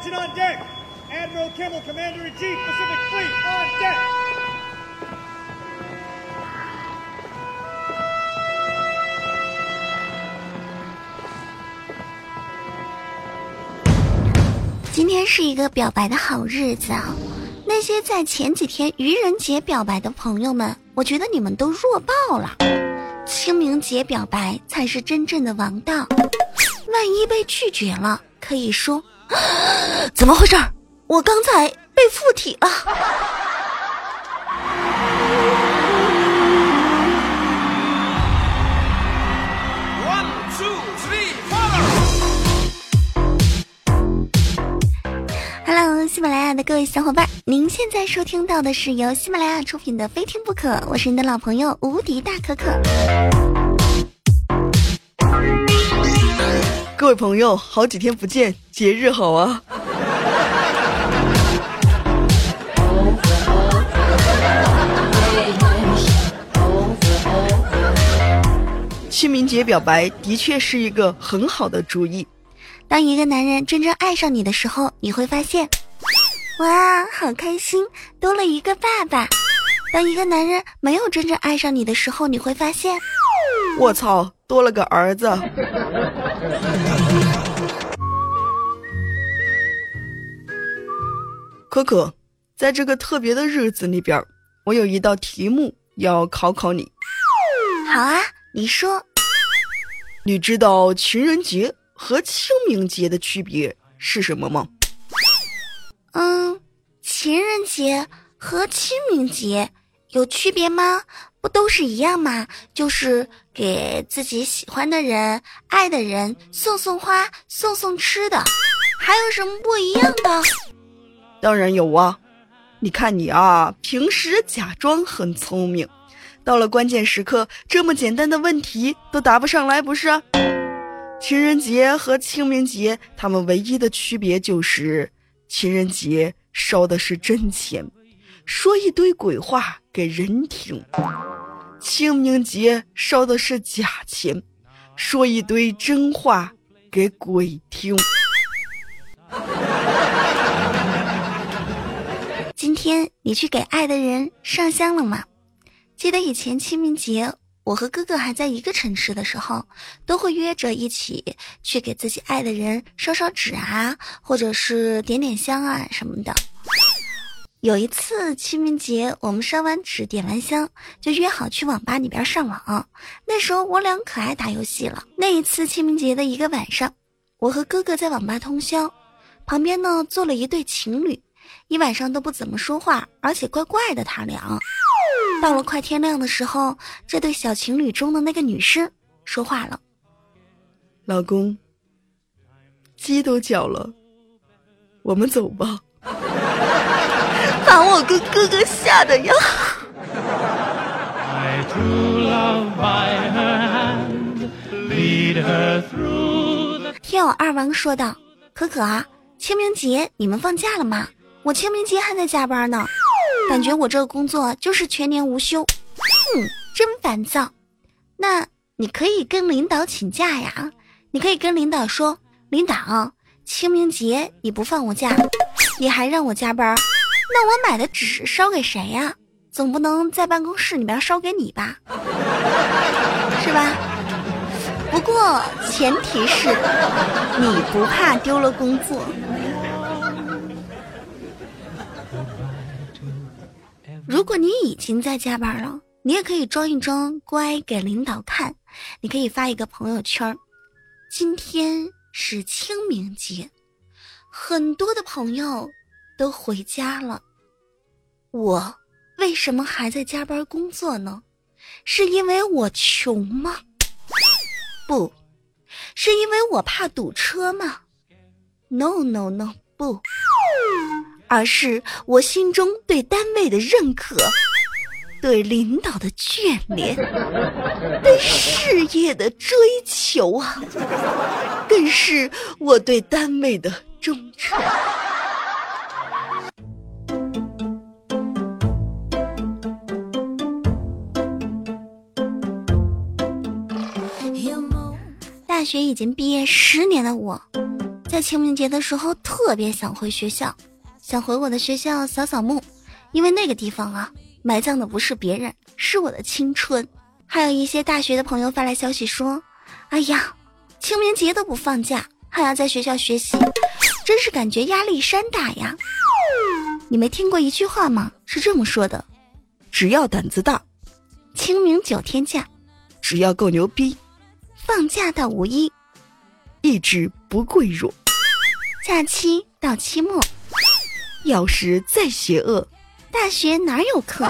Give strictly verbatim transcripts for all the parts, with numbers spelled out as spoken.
Attention on deck. Admiral Kimmel, Commander-in-Chief, Pacific Fleet, on deck. 今天是一个表白的好日子啊！那些在前几天愚人节表白的朋友们，我觉得你们都弱爆了。清明节表白才是真正的王道。万一被拒绝了，可以说怎么回事？我刚才被附体了。Hello， 喜马拉雅的各位小伙伴，您现在收听到的是由喜马拉雅出品的《非听不可》，我是你的老朋友无敌大可可。 各位朋友，好几天不见，节日好啊！清明节表白的确是一个很好的主意。 当一个男人真正爱上你的时候，你会发现，哇，好开心，多了一个爸爸。当一个男人没有真正爱上你的时候，你会发现， 我操，多了个儿子。可可，在这个特别的日子里边，我有一道题目要考考你。 好啊，你说。 你知道情人节和清明节的区别是什么吗？ 嗯，情人节和清明节有区别吗？不都是一样吗？就是给自己喜欢的人、爱的人送送花、送送吃的，还有什么不一样的？ 当然有啊，你看你啊，平时假装很聪明，到了关键时刻，这么简单的问题都答不上来，不是？情人节和清明节，他们唯一的区别就是，情人节烧的是真钱，说一堆鬼话给人听；清明节烧的是假钱，说一堆真话给鬼听。 今天你去给爱的人上香了吗？记得以前清明节我和哥哥还在一个城市的时候，都会约着一起去给自己爱的人烧烧纸啊，或者是点点香啊什么的。有一次清明节，我们烧完纸点完香，就约好去网吧里边上网。那时候我俩可爱打游戏了。那一次清明节的一个晚上，我和哥哥在网吧通宵，旁边呢坐了一对情侣，一晚上都不怎么说话，而且怪怪的他俩。到了快天亮的时候，这对小情侣中的那个女生说话了： 老公，鸡都叫了，我们走吧。 把我跟哥哥吓得呀。听友二王说道：可可啊，清明节你们放假了吗？我清明节还在加班呢，感觉我这个工作就是全年无休。嗯，真烦躁。那你可以跟领导请假呀，你可以跟领导说，领导，清明节你不放我假，你还让我加班，那我买的纸烧给谁呀？总不能在办公室里边烧给你吧，是吧？不过前提是你不怕丢了工作。如果你已经在加班了，你也可以装一装乖给领导看。你可以发一个朋友圈，今天是清明节，很多的朋友都回家了，我为什么还在加班工作呢？是因为我穷吗？不，是因为我怕堵车吗？ No no no 不，而是我心中对单位的认可，对领导的眷恋，对事业的追求啊，更是我对单位的忠诚。大学已经毕业十年的我， 在清明节的时候特别想回学校，想回我的学校扫扫墓，因为那个地方啊，埋葬的不是别人，是我的青春。还有一些大学的朋友发来消息说，哎呀，清明节都不放假，还要在学校学习，真是感觉压力山大呀。你没听过一句话吗？是这么说的， 只要胆子大， 清明九天假， 只要够牛逼， 放假到五一， 意志不贵弱， 假期到期末， 要是再邪恶， 大学哪有课？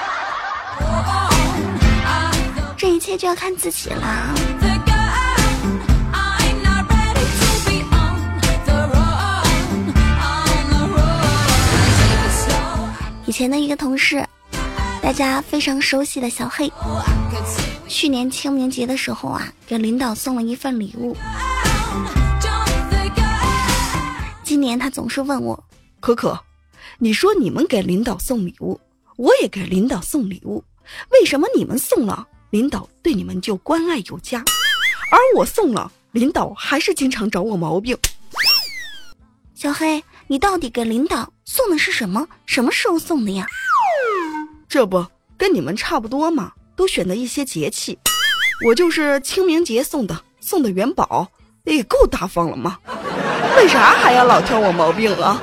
这一切就要看自己啦。以前的一个同事，大家非常熟悉的小黑，去年清明节的时候啊，给领导送了一份礼物。今年他总是问我， 可可，你说你们给领导送礼物，我也给领导送礼物，为什么你们送了，领导对你们就关爱有加，而我送了，领导还是经常找我毛病？ 小黑，你到底给领导送的是什么？什么时候送的呀？ 这不跟你们差不多嘛，都选的一些节气，我就是清明节送的，送的元宝，也够大方了嘛，为啥还要老挑我毛病啊？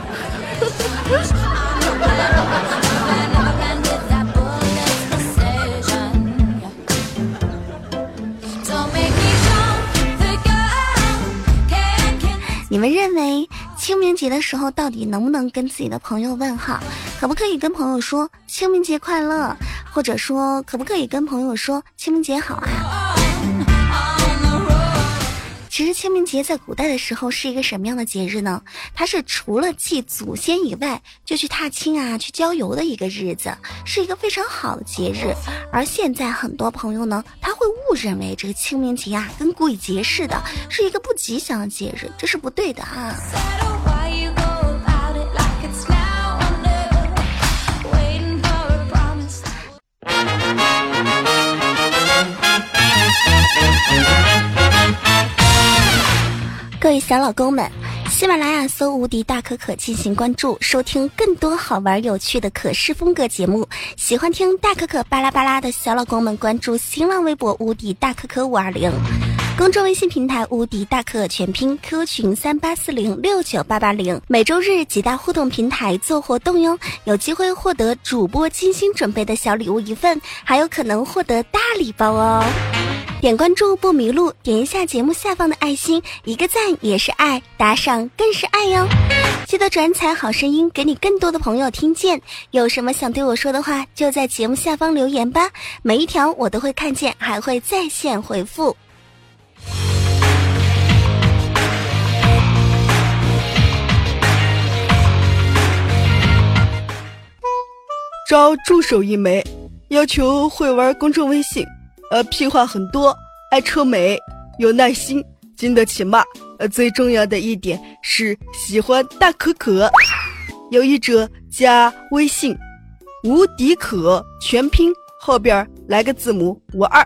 你们认为清明节的时候到底能不能跟自己的朋友问好？可不可以跟朋友说清明节快乐，或者说可不可以跟朋友说清明节好啊？其实清明节在古代的时候是一个什么样的节日呢？它是除了祭祖先以外，就去踏青啊，去郊游的一个日子，是一个非常好的节日。而现在很多朋友呢，他会误认为这个清明节啊跟鬼节似的，是一个不吉祥的节日，这是不对的啊。各位小老公们，喜马拉雅搜无敌大可可进行关注，收听更多好玩有趣的可视风格节目。喜欢听大可可巴拉巴拉的小老公们，关注新浪微博无敌大可可五二零，公众微信平台无敌大可可全拼 ，Q 群三八四零六九八八零，每周日几大互动平台做活动哟，有机会获得主播精心准备的小礼物一份，还有可能获得大礼包哦。点关注不迷路，点一下节目下方的爱心，一个赞也是爱，打赏更是爱哟。记得转采好声音给你更多的朋友听见，有什么想对我说的话就在节目下方留言吧，每一条我都会看见，还会在线回复。 招助手一枚，要求会玩公众微信，呃，屁话很多，爱臭美，有耐心，经得起骂。呃，最重要的一点是喜欢大可可。有意者加微信无敌可全拼，后边来个字母五二。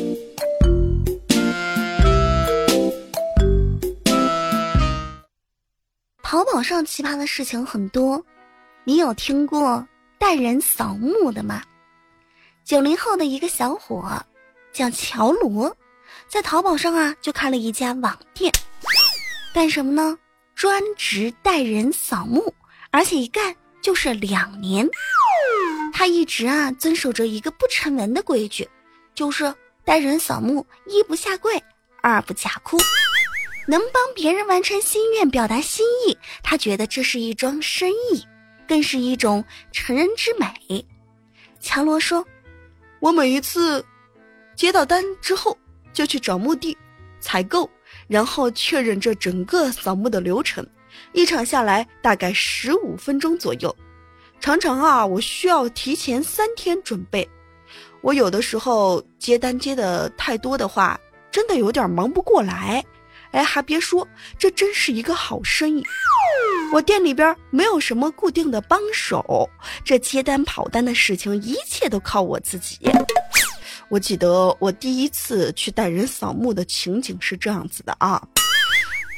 淘宝上奇葩的事情很多，你有听过带人扫墓的吗？九零后的一个小伙叫乔罗，在淘宝上啊就开了一家网店，干什么呢？专职带人扫墓，而且一干就是两年。他一直啊遵守着一个不成文的规矩，就是带人扫墓，一不下跪，二不假哭，能帮别人完成心愿，表达心意，他觉得这是一桩生意，更是一种成人之美。乔罗说， 我每一次接到单之后就去找墓地采购，然后确认这整个扫墓的流程，一场下来大概十五分钟左右。常常啊我需要提前三天准备，我有的时候接单接的太多的话，真的有点忙不过来。哎，还别说，这真是一个好生意。我店里边没有什么固定的帮手，这接单跑单的事情一切都靠我自己。我记得我第一次去带人扫墓的情景是这样子的啊，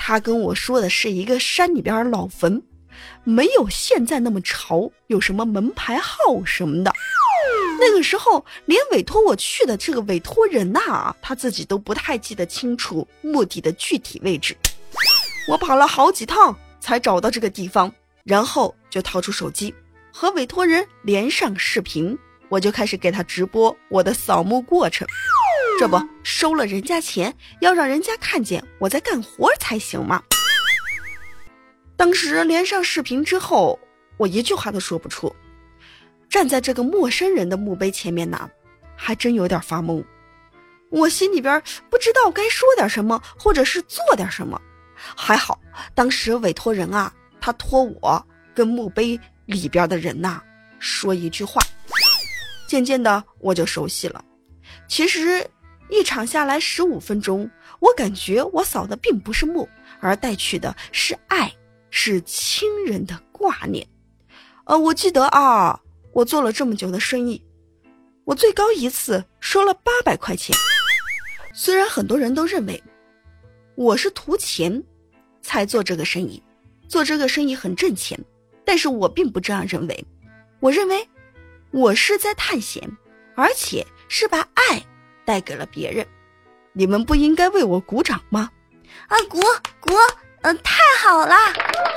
他跟我说的是一个山里边老坟，没有现在那么潮，有什么门牌号什么的。那个时候连委托我去的这个委托人呐、啊，他自己都不太记得清楚墓地的具体位置。我跑了好几趟才找到这个地方，然后就掏出手机和委托人连上视频，我就开始给他直播我的扫墓过程。这不，收了人家钱，要让人家看见我在干活才行嘛。当时连上视频之后，我一句话都说不出。站在这个陌生人的墓碑前面呢，还真有点发懵。我心里边不知道该说点什么，或者是做点什么。还好，当时委托人啊，他托我跟墓碑里边的人呐、啊、说一句话。渐渐的，我就熟悉了。其实一场下来十五分钟，我感觉我扫的并不是墓，而带去的是爱，是亲人的挂念。呃，我记得啊，我做了这么久的生意，我最高一次收了八百块钱。虽然很多人都认为我是图钱才做这个生意，做这个生意很挣钱，但是我并不这样认为。我认为我是在探险，而且是把爱带给了别人。你们不应该为我鼓掌吗？ 啊，鼓鼓，嗯、呃，太好了！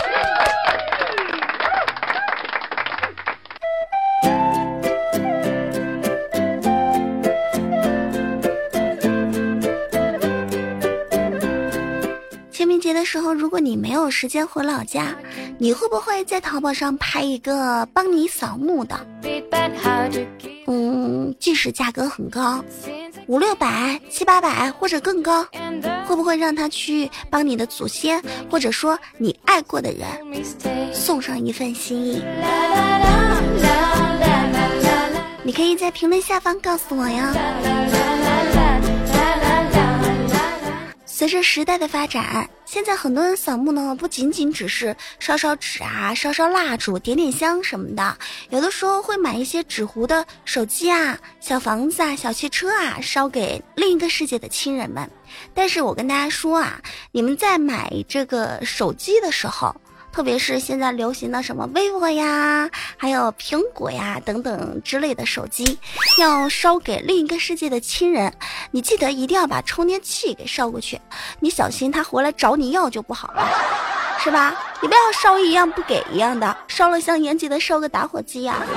清明节的时候，如果你没有时间回老家，你会不会在淘宝上拍一个帮你扫墓的？嗯，即使价格很高，五六百、七八百或者更高，会不会让他去帮你的祖先，或者说你爱过的人送上一份心意？你可以在评论下方告诉我呀。随着时代的发展，现在很多人扫墓呢，不仅仅只是烧烧纸啊、烧烧蜡烛、点点香什么的，有的时候会买一些纸糊的手机啊、小房子啊、小汽车啊，烧给另一个世界的亲人们。但是我跟大家说啊，你们在买这个手机的时候，特别是现在流行的什么 vivo 呀，还有苹果呀等等之类的手机，要烧给另一个世界的亲人，你记得一定要把充电器给烧过去，你小心他回来找你要就不好了，是吧？你不要烧一样不给一样的，烧了香烟记得烧个打火机呀。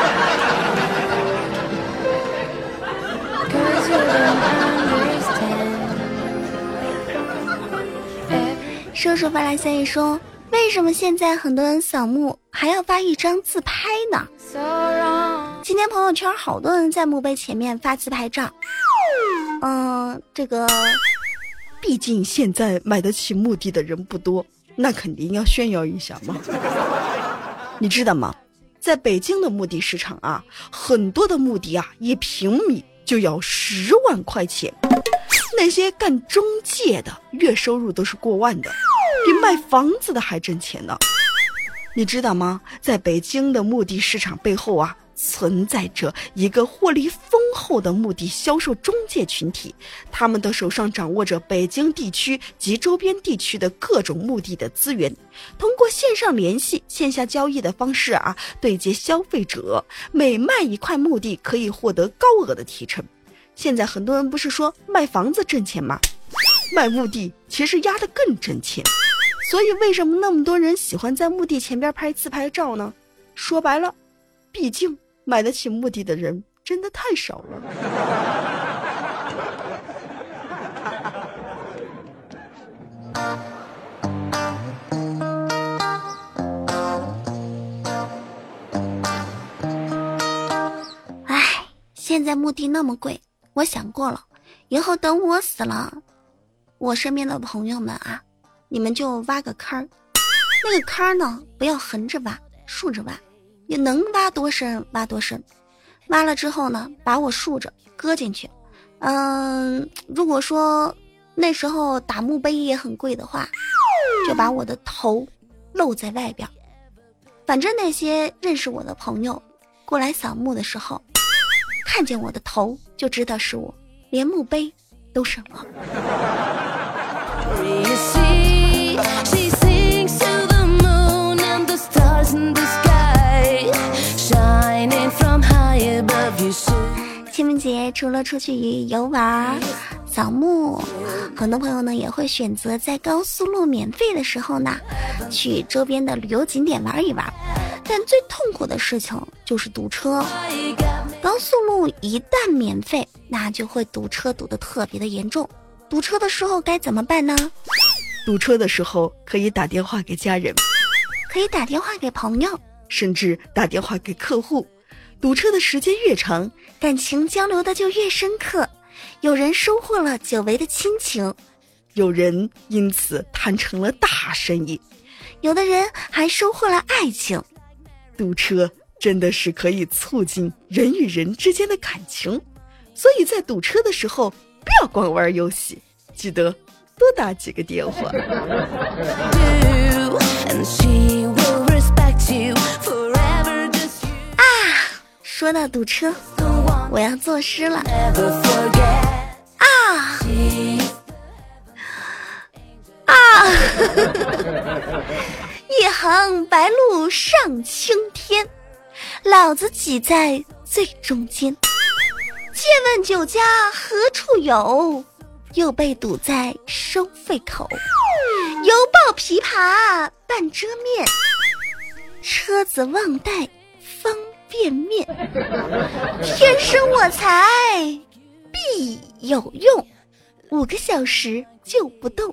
叔叔发来消息说，为什么现在很多人扫墓还要发一张自拍呢？今天朋友圈好多人在墓碑前面发自拍照。嗯，这个毕竟现在买得起墓地的人不多，那肯定要炫耀一下嘛。你知道吗？在北京的墓地市场啊，很多的墓地啊，一平米就要十万块钱。那些干中介的月收入都是过万的，比卖房子的还挣钱呢。你知道吗？在北京的墓地市场背后啊，存在着一个获利丰厚的墓地销售中介群体，他们的手上掌握着北京地区及周边地区的各种墓地的资源，通过线上联系、线下交易的方式啊，对接消费者，每卖一块墓地可以获得高额的提成。现在很多人不是说卖房子挣钱吗？卖墓地其实压得更挣钱。所以为什么那么多人喜欢在墓地前边拍自拍照呢？说白了，毕竟买得起墓地的人真的太少了。 唉，现在墓地那么贵，我想过了，以后等我死了，我身边的朋友们啊，你们就挖个坑儿，那个坑儿呢，不要横着挖，竖着挖，你能挖多深挖多深，挖了之后呢，把我竖着搁进去。嗯，如果说那时候打墓碑也很贵的话，就把我的头露在外边，反正那些认识我的朋友过来扫墓的时候，看见我的头就知道是我，连墓碑都省了。 除了出去游玩扫墓，很多朋友呢也会选择在高速路免费的时候呢去周边的旅游景点玩一玩。但最痛苦的事情就是堵车，高速路一旦免费，那就会堵车，堵得特别的严重。堵车的时候该怎么办呢？ 堵车的时候可以打电话给家人， 可以打电话给朋友， 甚至打电话给客户。堵车的时间越长， 感情交流的就越深刻，有人收获了久违的亲情， 有人因此谈成了大生意， 有的人还收获了爱情。 堵车真的是可以促进人与人之间的感情，所以在堵车的时候不要光玩游戏，记得多打几个电话。 啊，说到堵车，我要作诗了。啊啊一行白鹭上青天，老子挤在最中间。借问酒家何处有？又被堵在收费口。犹抱琵琶半遮面，车子忘带方便面。天生我材必有用，五个小时就不动。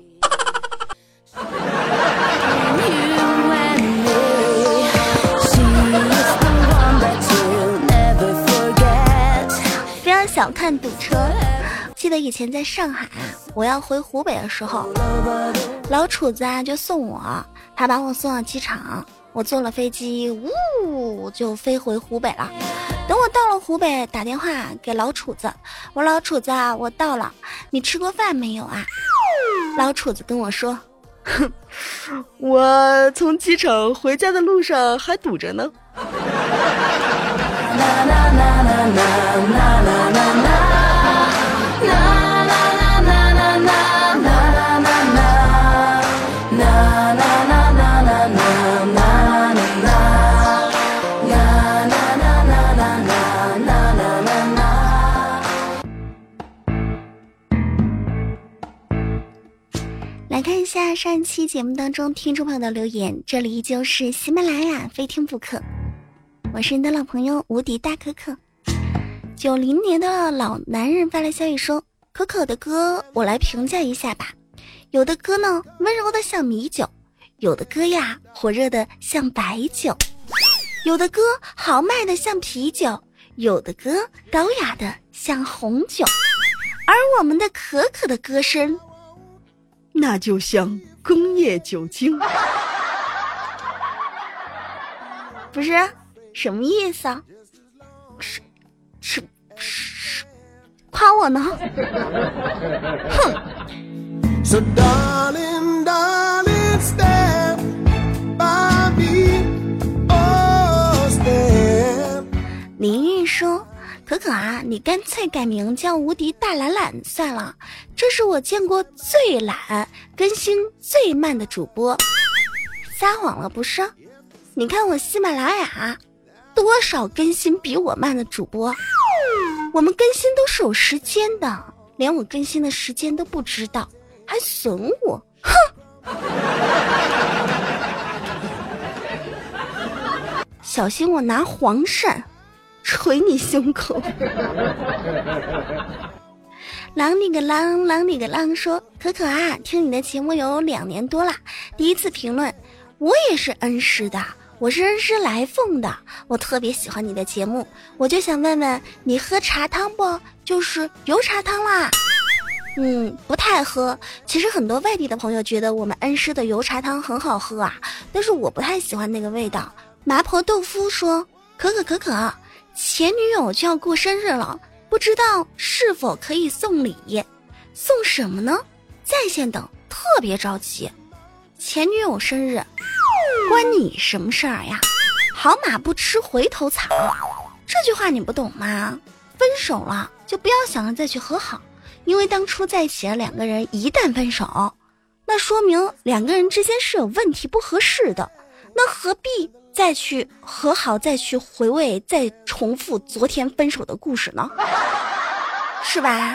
不要小看堵车。记得以前在上海，我要回湖北的时候，老楚子啊就送我，他把我送到机场，我坐了飞机，呜就飞回湖北了。等我到了湖北，打电话给老楚子，我老楚子啊，我到了，你吃过饭没有啊？老楚子跟我说， 哼，我从机场回家的路上还堵着呢。 来看一下上一期节目当中听众朋友的留言，这里依旧是喜马拉雅非听不可，我是你的老朋友无敌大可可。九零年的老男人发来消息说，可可的歌我来评价一下吧。有的歌呢温柔的像米酒，有的歌呀火热的像白酒，有的歌豪迈的像啤酒，有的歌高雅的像红酒，而我们的可可的歌声那就像工业酒精。 不是什么意思啊？是是是夸我呢？哼。So darling, darling, stand by me, oh stand。林玉说，可可啊，你干脆改名叫无敌大懒懒算了，这是我见过最懒、更新最慢的主播。撒谎了不是？你看我喜马拉雅多少更新比我慢的主播，我们更新都是有时间的，连我更新的时间都不知道，还损我，哼！小心我拿黄鳝捶你胸口。狼你个狼，狼你个狼说，可可啊，听你的节目有两年多啦，第一次评论，我也是恩师的，我是恩师来凤的，我特别喜欢你的节目，我就想问问你喝茶汤不？就是油茶汤啦。嗯，不太喝。其实很多外地的朋友觉得我们恩师的油茶汤很好喝啊，但是我不太喜欢那个味道。麻婆豆腐说，可可可可，前女友就要过生日了，不知道是否可以送礼，送什么呢？在线等，特别着急。前女友生日关你什么事儿呀？好马不吃回头草，这句话你不懂吗？分手了就不要想着再去和好，因为当初在一起的两个人一旦分手，那说明两个人之间是有问题不合适的，那何必再去和好，再去回味，再重复昨天分手的故事呢？ 是吧？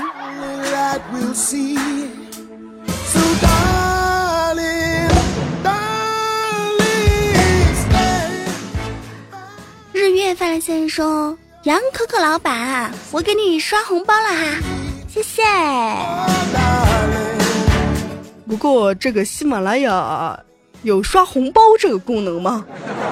日月发来消息说，杨可可老板，我给你刷红包了哈，谢谢。 不过这个喜马拉雅有刷红包这个功能吗？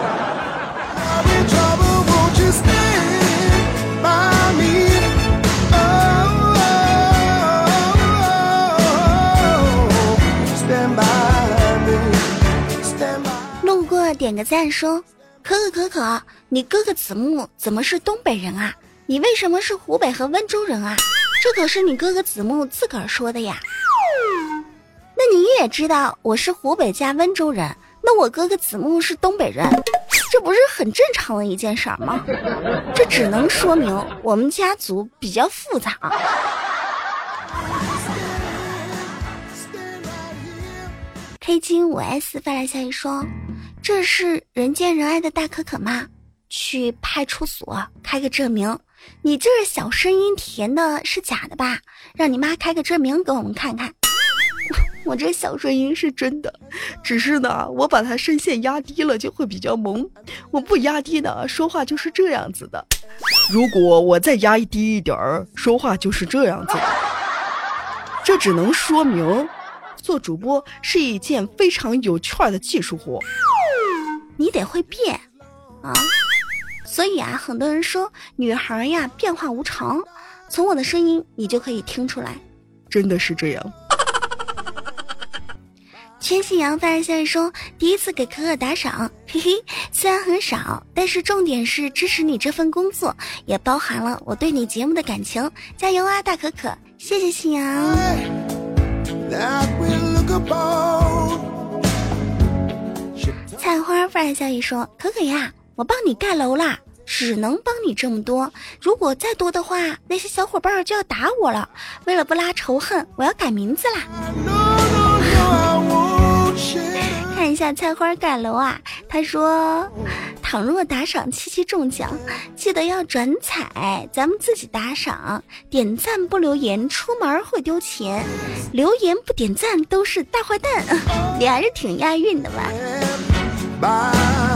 路过点个赞说，可可可可，你哥哥子木怎么是东北人啊？你为什么是湖北和温州人啊？这可是你哥哥子木自个儿说的呀。那你也知道我是湖北加温州人，那我哥哥子木是东北人，这不是很正常的一件事儿吗？这只能说明我们家族比较复杂。K 金五 S 发来消息说，这是人见人爱的大可可吗？去派出所开个证明，你这小声音甜的是假的吧？让你妈开个证明给我们看看。 我这小声音是真的，只是呢我把它声线压低了就会比较萌，我不压低呢说话就是这样子的，如果我再压低一点儿说话就是这样子的。这只能说明做主播是一件非常有趣的技术活， 你得会变啊。所以啊，很多人说女孩呀变化无常，从我的声音你就可以听出来， 真的是这样。 千信阳发来消息说，第一次给可可打赏，嘿嘿，虽然很少，但是重点是支持你这份工作，也包含了我对你节目的感情，加油啊大可可，谢谢信阳。菜花发来消息说，可可呀，我帮你盖楼啦，只能帮你这么多，如果再多的话，那些小伙伴就要打我了，为了不拉仇恨，我要改名字啦。看一下菜花盖楼啊，他说倘若打赏七七中奖，记得要转彩，咱们自己打赏，点赞不留言出门会丢钱，留言不点赞都是大坏蛋。你还是挺押韵的吧。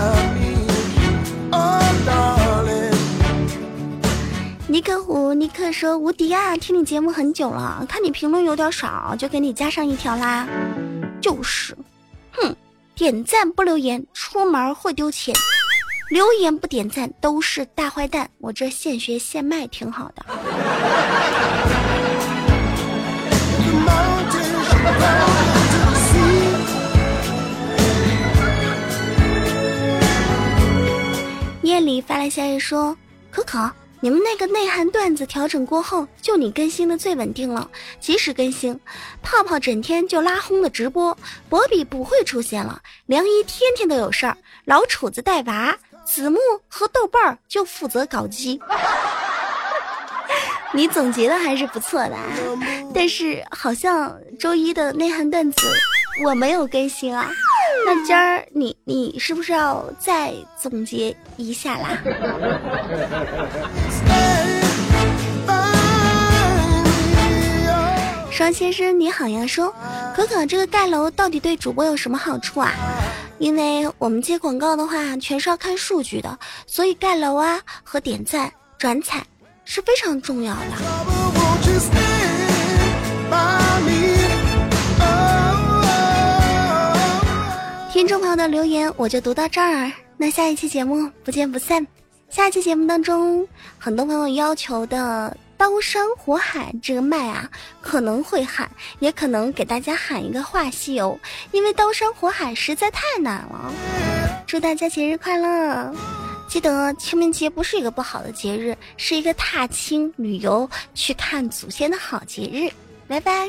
尼克虎尼克说，无敌啊，听你节目很久了，看你评论有点少，就给你加上一条啦。就是哼，点赞不留言出门会丢钱，留言不点赞都是大坏蛋，我这现学现卖挺好的。夜里发来消息说，可可，你们那个内涵段子调整过后，就你更新的最稳定了，及时更新。泡泡整天就拉轰的直播，博比不会出现了，梁一天天都有事儿，老楚子带娃，子木和豆瓣儿就负责搞基。你总结的还是不错的啊，但是好像周一的内涵段子我没有更新啊，那今儿你你是不是要再总结一下啦？双先生你好呀，说可可这个盖楼到底对主播有什么好处啊？因为我们接广告的话全是要看数据的，所以盖楼啊和点赞转采是非常重要的。听众朋友的留言我就读到这儿，那下一期节目不见不散。下一期节目当中，很多朋友要求的刀山火海这个麦啊，可能会喊，也可能给大家喊一个话西游，因为刀山火海实在太难了。祝大家节日快乐！记得清明节不是一个不好的节日，是一个踏青旅游去看祖先的好节日。拜拜。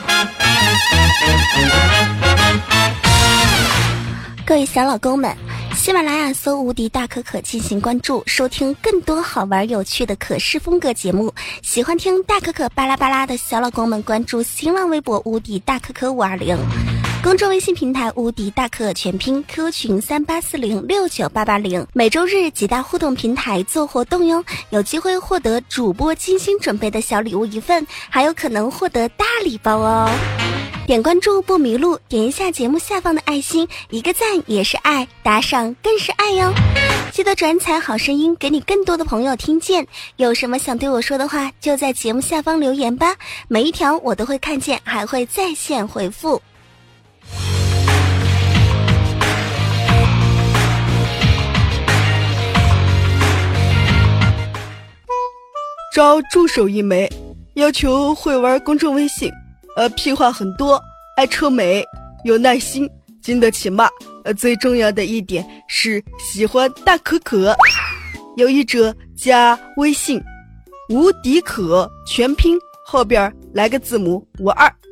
各位小老公们， 喜马拉雅搜无敌大可可进行关注，收听更多好玩有趣的可视风格节目。喜欢听大可可巴拉巴拉的小老公们，关注新浪微博无敌大可可五二零，公众微信平台无敌大可全拼 ，Q Q 群三八四零六九八八零。每周日几大互动平台做活动哟，有机会获得主播精心准备的小礼物一份，还有可能获得大礼包哦。点关注不迷路，点一下节目下方的爱心，一个赞也是爱，打赏更是爱哟。记得转采好声音，给你更多的朋友听见。有什么想对我说的话，就在节目下方留言吧，每一条我都会看见，还会在线回复。 招助手一枚，要求会玩公众微信，呃，屁话很多，爱臭美，有耐心，经得起骂，呃，最重要的一点是喜欢大可可。有意者加微信无敌可全拼后边来个字母五二。